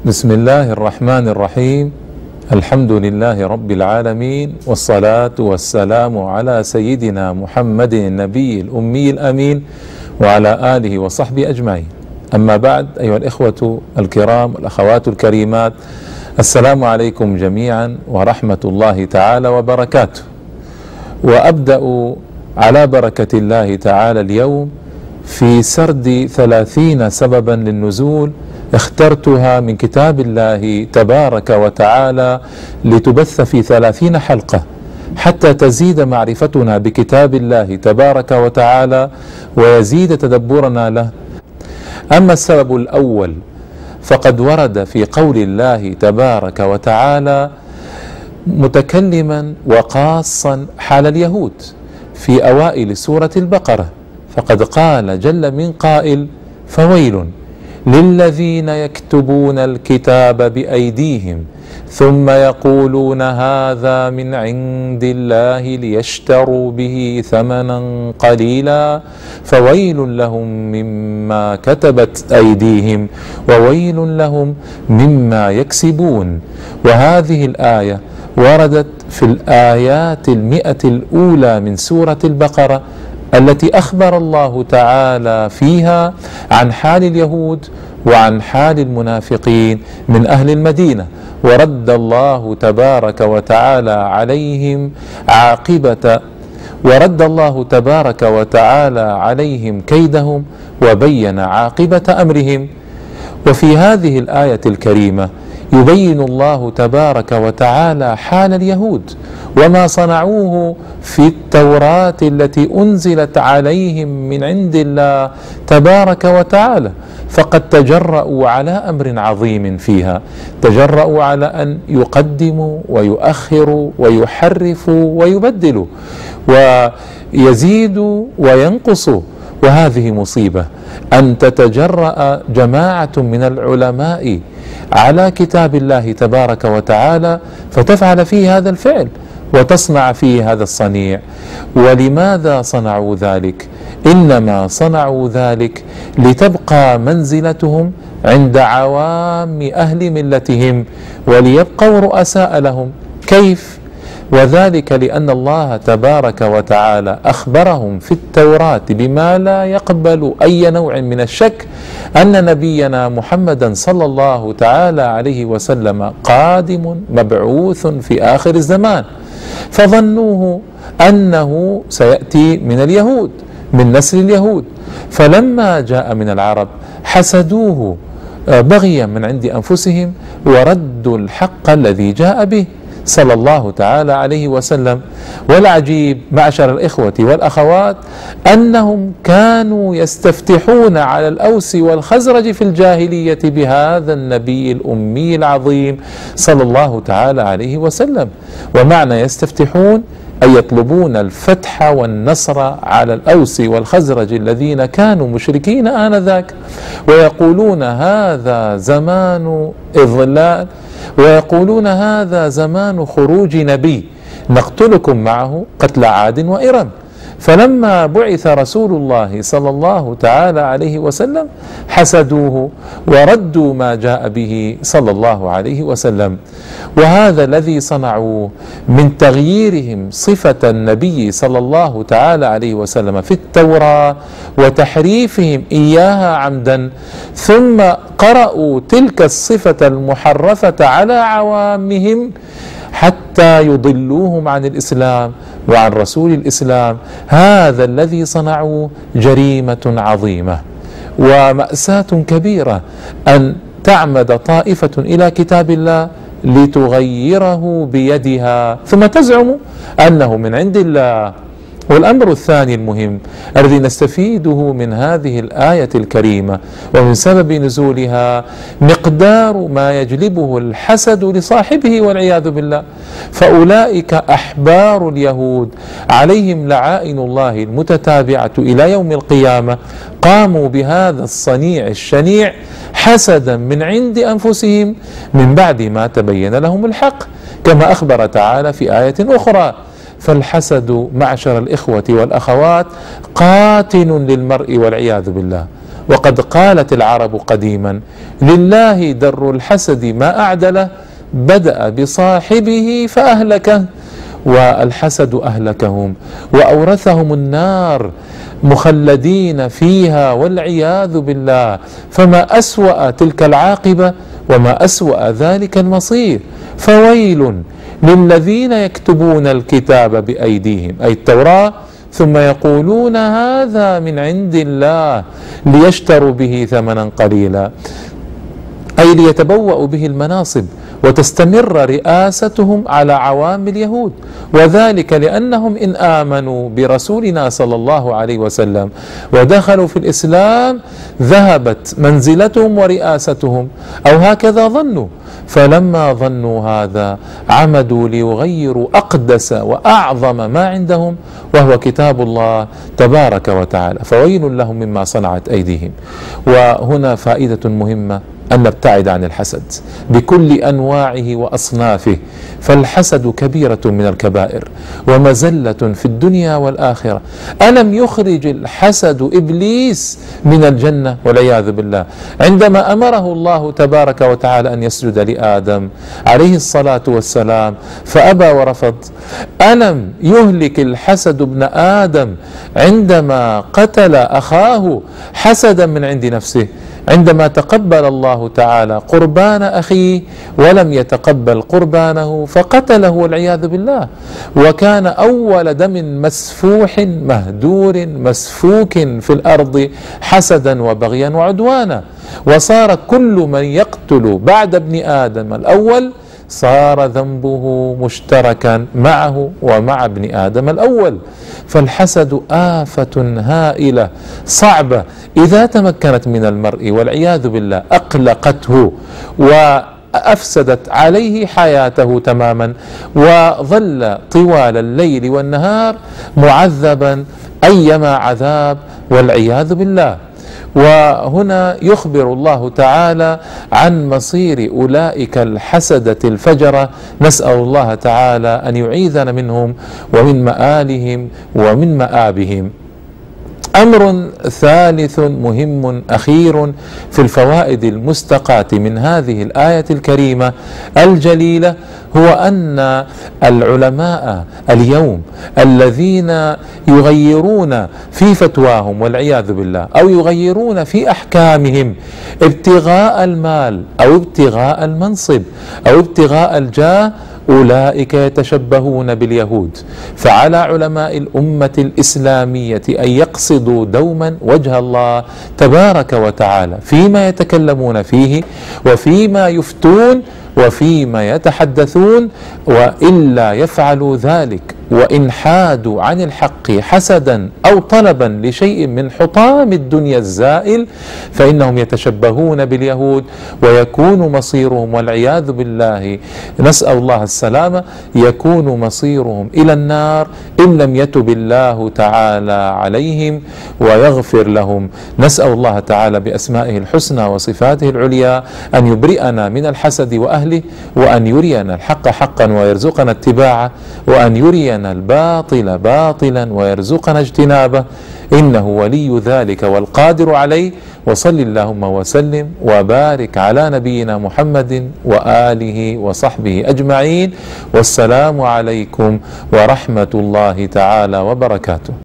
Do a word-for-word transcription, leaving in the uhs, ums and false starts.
بسم الله الرحمن الرحيم. الحمد لله رب العالمين، والصلاة والسلام على سيدنا محمد النبي الأمي الأمين وعلى آله وصحبه أجمعين. أما بعد، أيها الإخوة الكرام والأخوات الكريمات، السلام عليكم جميعا ورحمة الله تعالى وبركاته. وأبدأ على بركة الله تعالى اليوم في سرد ثلاثين سببا للنزول اخترتها من كتاب الله تبارك وتعالى لتبث في ثلاثين حلقة حتى تزيد معرفتنا بكتاب الله تبارك وتعالى ويزيد تدبرنا له. أما السبب الأول فقد ورد في قول الله تبارك وتعالى متكلما وقاصا حال اليهود في أوائل سورة البقرة، فقد قال جل من قائل: فويل للذين يكتبون الكتاب بأيديهم ثم يقولون هذا من عند الله ليشتروا به ثمنا قليلا فويل لهم مما كتبت أيديهم وويل لهم مما يكسبون. وهذه الآية وردت في الآيات المئة الأولى من سورة البقرة التي أخبر الله تعالى فيها عن حال اليهود وعن حال المنافقين من أهل المدينة، ورد الله تبارك وتعالى عليهم عاقبة ورد الله تبارك وتعالى عليهم كيدهم وبين عاقبة أمرهم. وفي هذه الآية الكريمة يبين الله تبارك وتعالى حال اليهود وما صنعوه في التوراة التي أنزلت عليهم من عند الله تبارك وتعالى، فقد تجرؤوا على أمر عظيم فيها، تجرؤوا على أن يقدموا ويؤخروا ويحرفوا ويبدلوا ويزيدوا وينقصوا. وهذه مصيبة أن تتجرأ جماعة من العلماء على كتاب الله تبارك وتعالى فتفعل فيه هذا الفعل وتصنع فيه هذا الصنيع. ولماذا صنعوا ذلك؟ إنما صنعوا ذلك لتبقى منزلتهم عند عوام أهل ملتهم وليبقوا رؤساء لهم. كيف؟ وذلك لأن الله تبارك وتعالى أخبرهم في التوراة بما لا يقبل أي نوع من الشك أن نبينا محمدا صلى الله تعالى عليه وسلم قادم مبعوث في آخر الزمان، فظنوه أنه سيأتي من اليهود من نسل اليهود، فلما جاء من العرب حسدوه بغيا من عند أنفسهم وردوا الحق الذي جاء به صلى الله تعالى عليه وسلم. والعجيب معشر الإخوة والأخوات أنهم كانوا يستفتحون على الأوس والخزرج في الجاهلية بهذا النبي الأمي العظيم صلى الله تعالى عليه وسلم. ومعنى يستفتحون أي يطلبون الفتح والنصر على الأوس والخزرج الذين كانوا مشركين آنذاك، ويقولون هذا زمان إضلال، ويقولون هذا زمان خروج نبي نقتلكم معه قتل عاد وإرم. فلما بعث رسول الله صلى الله تعالى عليه وسلم حسدوه وردوا ما جاء به صلى الله عليه وسلم. وهذا الذي صنعوه من تغييرهم صفة النبي صلى الله تعالى عليه وسلم في التوراة وتحريفهم إياها عمدا، ثم قرأوا تلك الصفة المحرفة على عوامهم حتى يضلوهم عن الإسلام وعن رسول الإسلام. هذا الذي صنعوه جريمة عظيمة ومأساة كبيرة أن تعمد طائفة إلى كتاب الله لتغيره بيدها ثم تزعم أنه من عند الله. والأمر الثاني المهم الذي نستفيده من هذه الآية الكريمة ومن سبب نزولها مقدار ما يجلبه الحسد لصاحبه والعياذ بالله. فأولئك أحبار اليهود عليهم لعائن الله المتتابعة إلى يوم القيامة قاموا بهذا الصنيع الشنيع حسدا من عند أنفسهم من بعد ما تبين لهم الحق، كما أخبر تعالى في آية أخرى: فالحسد معشر الإخوة والأخوات قاتل للمرء والعياذ بالله. وقد قالت العرب قديما: لله در الحسد ما أعدله، بدأ بصاحبه فأهلكه. والحسد أهلكهم وأورثهم النار مخلدين فيها والعياذ بالله. فما أسوأ تلك العاقبة وما أسوأ ذلك المصير. فويل للذين يكتبون الكتاب بأيديهم، أي التوراة، ثم يقولون هذا من عند الله ليشتروا به ثمنا قليلا، أي ليتبوأوا به المناصب وتستمر رئاستهم على عوام اليهود. وذلك لأنهم إن آمنوا برسولنا صلى الله عليه وسلم ودخلوا في الإسلام ذهبت منزلتهم ورئاستهم، أو هكذا ظنوا. فلما ظنوا هذا عمدوا ليغيروا أقدس وأعظم ما عندهم، وهو كتاب الله تبارك وتعالى. فويل لهم مما صنعت أيديهم. وهنا فائدة مهمة، أن نبتعد عن الحسد بكل أنواعه وأصنافه، فالحسد كبيرة من الكبائر ومزلة في الدنيا والآخرة. ألم يخرج الحسد إبليس من الجنة والعياذ بالله عندما أمره الله تبارك وتعالى أن يسجد لآدم عليه الصلاة والسلام فأبى ورفض؟ ألم يهلك الحسد ابن آدم عندما قتل أخاه حسدا من عند نفسه، عندما تقبل الله تعالى قربان أخيه ولم يتقبل قربانه فقتله والعياذ بالله؟ وكان أول دم مسفوح مهدور مسفوك في الأرض حسدا وبغيا وعدوانا. وصار كل من يقتل بعد ابن آدم الأول صار ذنبه مشتركا معه ومع ابن آدم الأول. فالحسد آفة هائلة صعبة إذا تمكنت من المرء والعياذ بالله أقلقته وأفسدت عليه حياته تماما، وظل طوال الليل والنهار معذبا أيما عذاب والعياذ بالله. وهنا يخبر الله تعالى عن مصير أولئك الحسدة الفجرة، نسأل الله تعالى أن يعيذنا منهم ومن مآلهم ومن مآبهم. أمر ثالث مهم أخير في الفوائد المستقاة من هذه الآية الكريمة الجليلة، هو أن العلماء اليوم الذين يغيرون في فتواهم والعياذ بالله أو يغيرون في أحكامهم ابتغاء المال أو ابتغاء المنصب أو ابتغاء الجاه، أولئك يتشبهون باليهود. فعلى علماء الأمة الإسلامية أن يقصدوا دوما وجه الله تبارك وتعالى فيما يتكلمون فيه وفيما يفتون وفيما يتحدثون، وإلا يفعلوا ذلك وإن حادوا عن الحق حسدا أو طلبا لشيء من حطام الدنيا الزائل فإنهم يتشبهون باليهود ويكون مصيرهم والعياذ بالله، نسأل الله السلامة، يكون مصيرهم إلى النار إن لم يتب الله تعالى عليهم ويغفر لهم. نسأل الله تعالى بأسمائه الحسنى وصفاته العليا أن يبرئنا من الحسد وأهله، وأن يرينا الحق حقا ويرزقنا اتباعه، وأن يرينا الباطل باطلا ويرزقنا اجتنابه، إنه ولي ذلك والقادر عليه. وصل اللهم وسلم وبارك على نبينا محمد وآله وصحبه أجمعين، والسلام عليكم ورحمة الله تعالى وبركاته.